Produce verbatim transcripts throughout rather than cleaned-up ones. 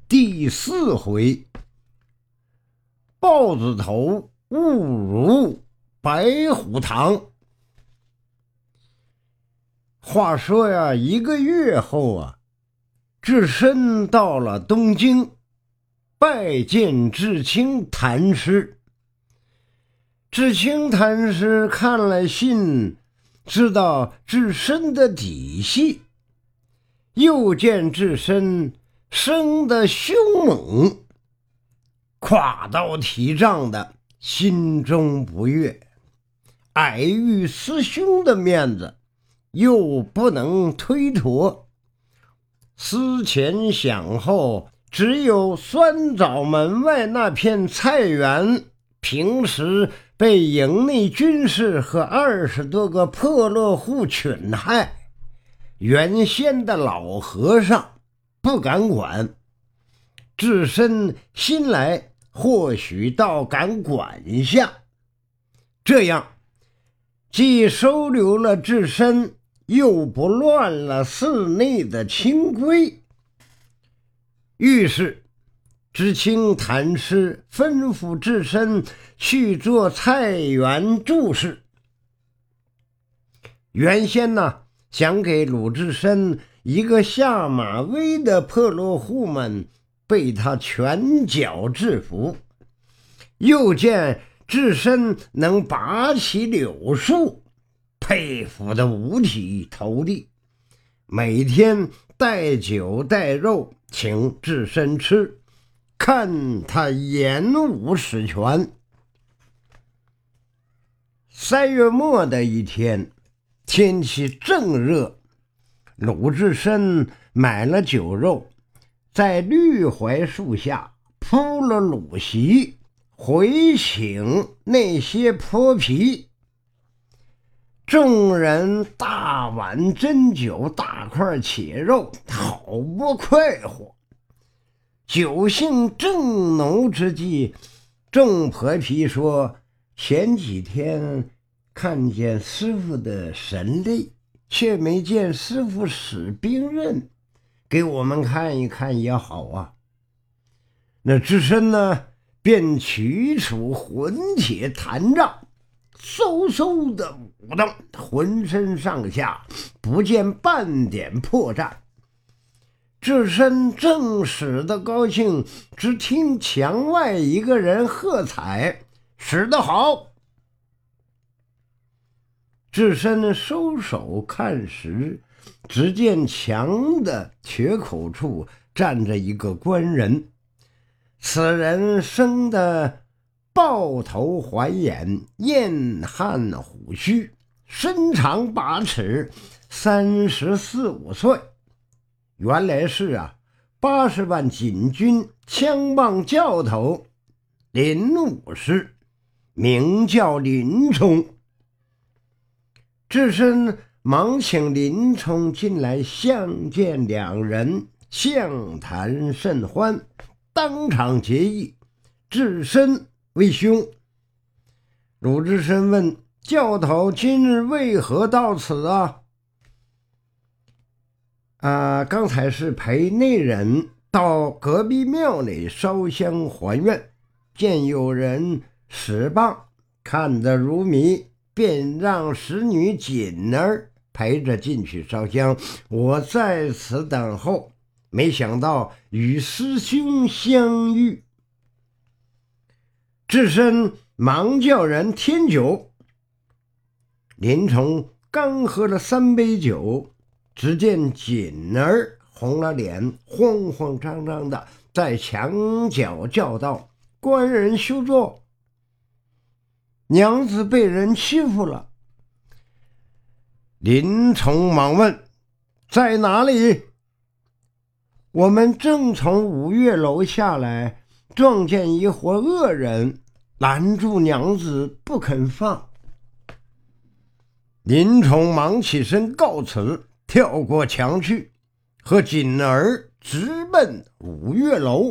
第四回，豹子头误入白虎堂。话说呀，一个月后啊，智深到了东京，拜见智清禅师。智清禅师看了信，知道智深的底细，又见智深生得凶猛，跨刀提杖的，心中不悦，碍于师兄的面子，又不能推脱，思前想后，只有酸枣门外那片菜园，平时被营内军士和二十多个破落户群害，原先的老和尚不敢管，智深新来或许倒敢管下，这样既收留了智深，又不乱了寺内的清规。于是知青禅师吩咐智深去做菜园住事。原先呢，想给鲁智深一个下马威的破落户们被他拳脚制服，又见智深能拔起柳树，佩服得五体投地，每天带酒带肉请智深吃，看他演武使拳。三月末的一天，天气正热，鲁智深买了酒肉，在绿槐树下铺了卤席，回请那些泼皮。众人大碗斟酒，大块且肉，好不快活。酒兴正浓之际，众泼皮说，前几天看见师傅的神力，却没见师傅使兵刃，给我们看一看也好啊。那智深呢，便取出混铁弹杖，嗖嗖的舞动，浑身上下不见半点破绽。智深正使得高兴，只听墙外一个人喝彩，使得好。智深收手看时，只见墙的缺口处站着一个官人，此人生得豹头环眼，燕汉虎须，身长八尺，三十四五岁。原来是啊，八十万禁军枪棒教头林武师，名叫林冲。智深忙请林冲进来相见，两人相谈甚欢，当场结义，智深为兄。鲁智深问教头今日为何到此啊？啊，刚才是陪内人到隔壁庙里烧香还愿，见有人使棒，看得如迷，便让使女锦儿陪着进去烧香，我在此等候，没想到与师兄相遇。智深忙叫人添酒，林冲刚喝了三杯酒，只见锦儿红了脸，慌慌张张的在墙角叫道：官人休坐，娘子被人欺负了。林冲忙问：在哪里？我们正从五岳楼下来，撞见一伙恶人，拦住娘子不肯放。林冲忙起身告辞，跳过墙去，和锦儿直奔五岳楼。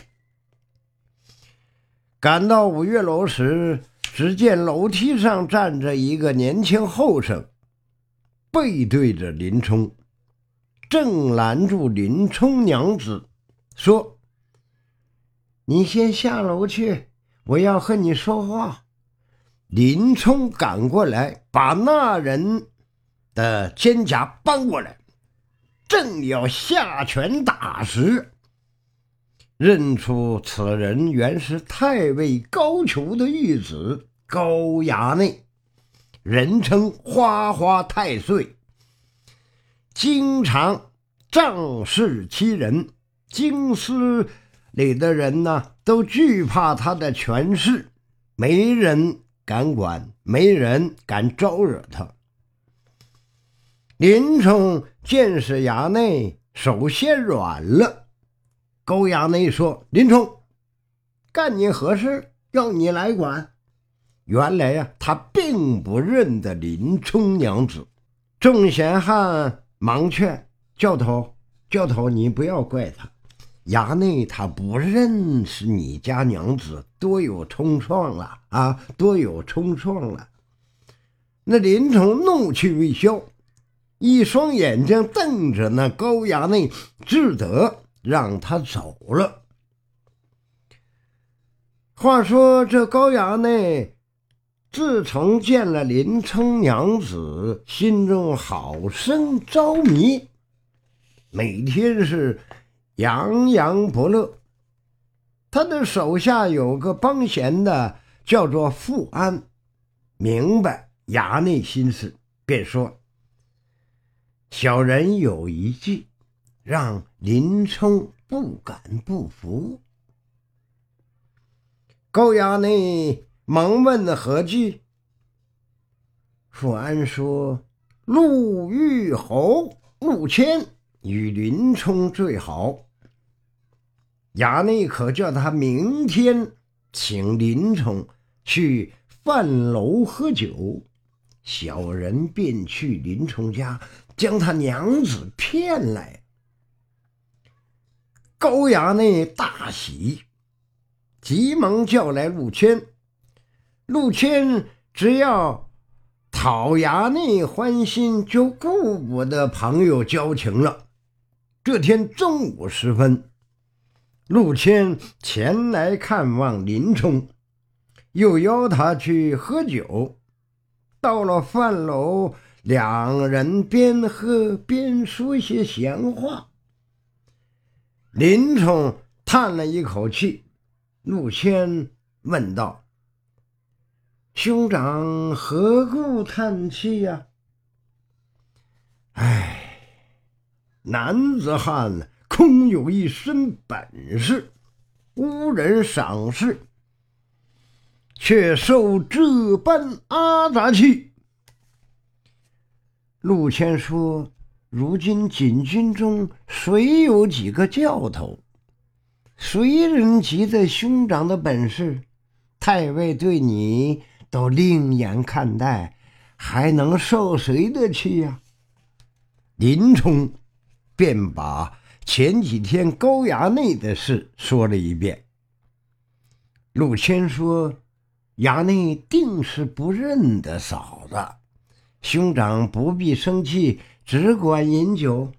赶到五岳楼时，只见楼梯上站着一个年轻后生，背对着林冲，正拦住林冲娘子，说： 你先下楼去，我要和你说话。”林冲赶过来，把那人的肩胛扳过来，正要下拳打时，认出此人原是太尉高俅的义子高衙内，人称花花太岁，经常仗势欺人，京师里的人呢都惧怕他的权势，没人敢管，没人敢招惹他。林冲见是衙内，手先软了。高衙内说：“林冲，干你何事？要你来管？”原来呀、啊，他并不认得林冲娘子。众闲汉忙劝：“教头，教头，你不要怪他。衙内他不认识你家娘子，多有冲撞了啊，多有冲撞了。”那林冲怒气未消，一双眼睛瞪着那高衙内，只得让他走了。话说这高衙内自从见了林冲娘子，心中好生着迷，每天是洋洋不乐。他的手下有个帮闲的叫做富安，明白衙内心思，便说：“小人有一计，让林冲不敢不服。”高衙内忙问何计。富安说：“陆虞侯陆谦与林冲最好，衙内可叫他明天请林冲去饭楼喝酒，小人便去林冲家将他娘子骗来。”高衙内大喜，急忙叫来陆谦。陆谦只要讨衙内欢心，就顾不得朋友交情了。这天中午时分，陆谦前来看望林冲，又邀他去喝酒。到了饭楼，两人边喝边说些闲话。林冲叹了一口气，陆谦问道：“兄长何故叹气呀？”“唉，男子汉空有一身本事，无人赏识，却受这般阿杂气。”陆谦说：“如今禁军中谁有几个教头？谁人及得兄长的本事？太尉对你都另眼看待，还能受谁的气呀？”林冲便把前几天高衙内的事说了一遍。陆谦说：“衙内定是不认得嫂子，兄长不必生气，只管饮酒。”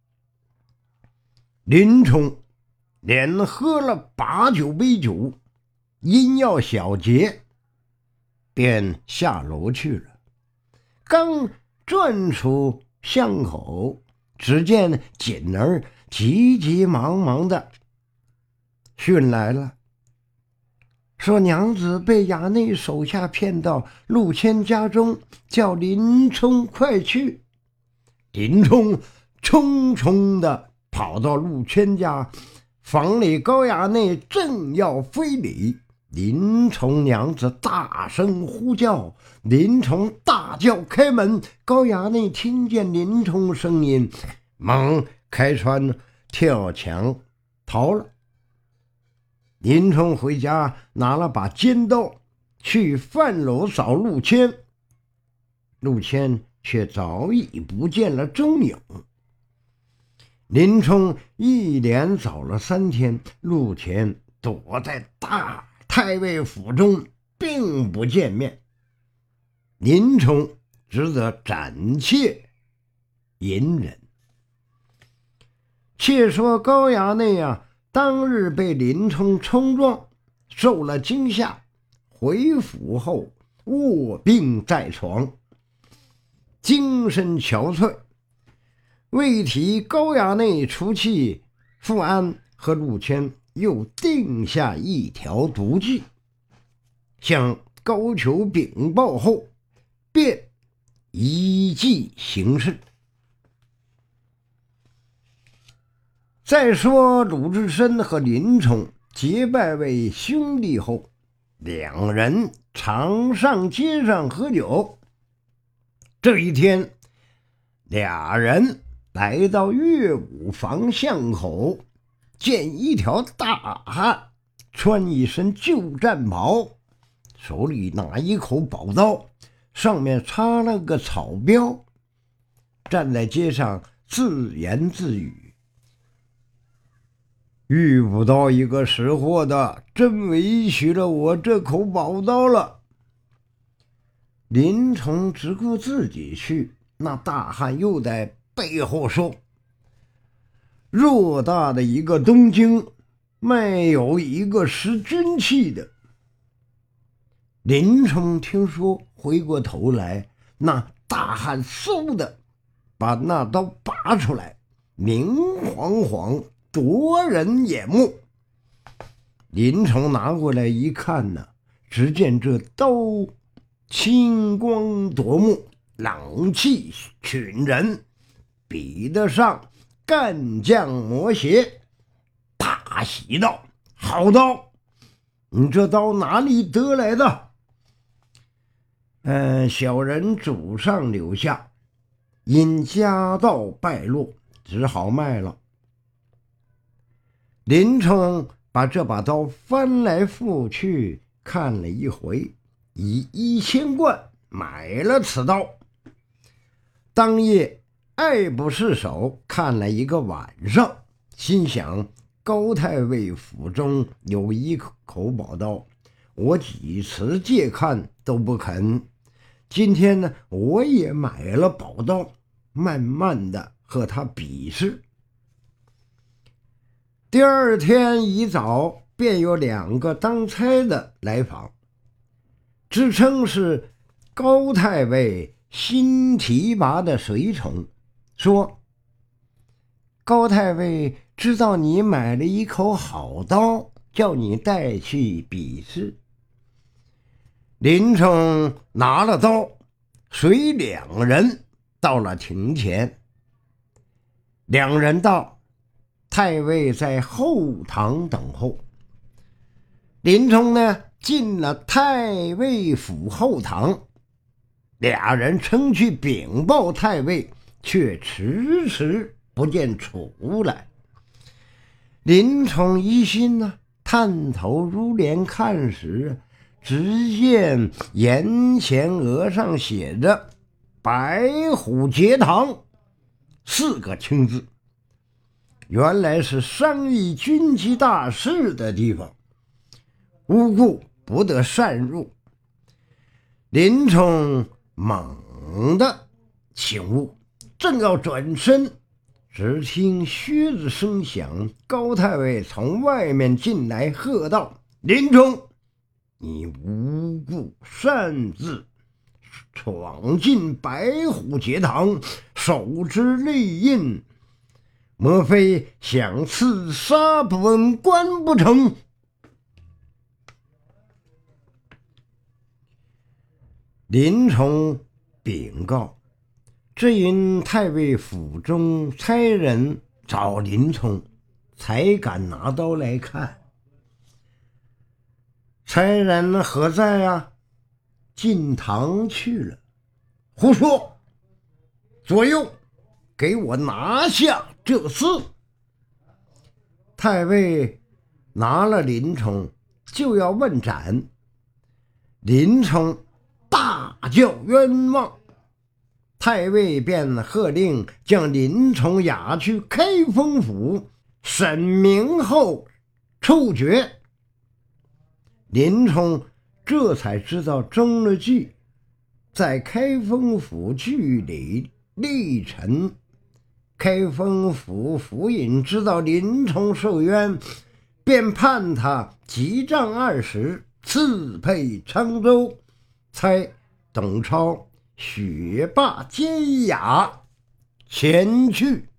林冲连喝了八九杯酒，因要小结，便下楼去了。刚转出巷口，只见锦儿急急忙忙的讯来了，说娘子被衙内手下骗到陆谦家中，叫林冲快去。林冲匆匆的跑到陆谦家房里，高衙内正要非礼，林冲娘子大声呼叫，林冲大叫开门。高衙内听见林冲声音，忙开窗跳墙逃了。林冲回家拿了把尖刀去饭楼找陆谦，陆谦却早已不见了踪影。林冲一连找了三天，陆谦躲在大太尉府中，并不见面。林冲只得暂且隐忍。且说高衙内啊， 当日被林冲冲撞，受了惊吓，回府后卧病在床，精神憔悴。为提高衙内出气，富安和陆谦又定下一条毒计，向高俅禀报后，便依计行事。再说鲁智深和林冲结拜为兄弟后，两人常上街上喝酒。这一天，俩人来到岳武房巷口，见一条大汉穿一身旧战袍，手里拿一口宝刀，上面插了个草标，站在街上自言自语：遇不到一个识货的，真委屈了我这口宝刀了。林冲只顾自己去，那大汉又在背后说：偌大的一个东京，没有一个识军器的。林冲听说，回过头来，那大汉嗖的把那刀拔出来，明晃晃，夺人眼目。林冲拿过来一看呢，只见这刀青光夺目，冷气群人，比得上干将魔邪。大喜道：好刀，你这刀哪里得来的？嗯，小人祖上留下，因家道败落，只好卖了。林冲把这把刀翻来覆去看了一回，以一千贯买了此刀。当夜爱不释手，看了一个晚上，心想高太尉府中有一口宝刀，我几次借看都不肯。今天呢，我也买了宝刀，慢慢的和他比试。第二天一早，便有两个当差的来访，自称是高太尉新提拔的随从，说高太尉知道你买了一口好刀，叫你带去比试。林冲拿了刀，随两人到了庭前。两人道：太尉在后堂等候。林冲呢，进了太尉府后堂，俩人称去禀报太尉，却迟迟不见出来。林冲疑心呢，探头入帘看时，只见檐前额上写着白虎节堂四个青字，原来是商议军机大事的地方，无故不得擅入。林冲猛地醒悟，正要转身，只听靴子声响，高太尉从外面进来，喝道：林冲，你无故擅自闯进白虎节堂，手执利印，莫非想刺杀本官不成？林冲禀告：只因太尉府中差人找林冲，才敢拿刀来看。差人何在啊？进堂去了。胡说！左右，给我拿下这厮！太尉拿了林冲，就要问斩。林冲大叫冤枉，太尉便喝令将林冲押去开封府审明后处决。林冲这才知道中了计，在开封府据理力陈， 开封府府尹知道林冲受冤，便判他击杖二十，赐配沧州。猜董超雪罢监雅前去。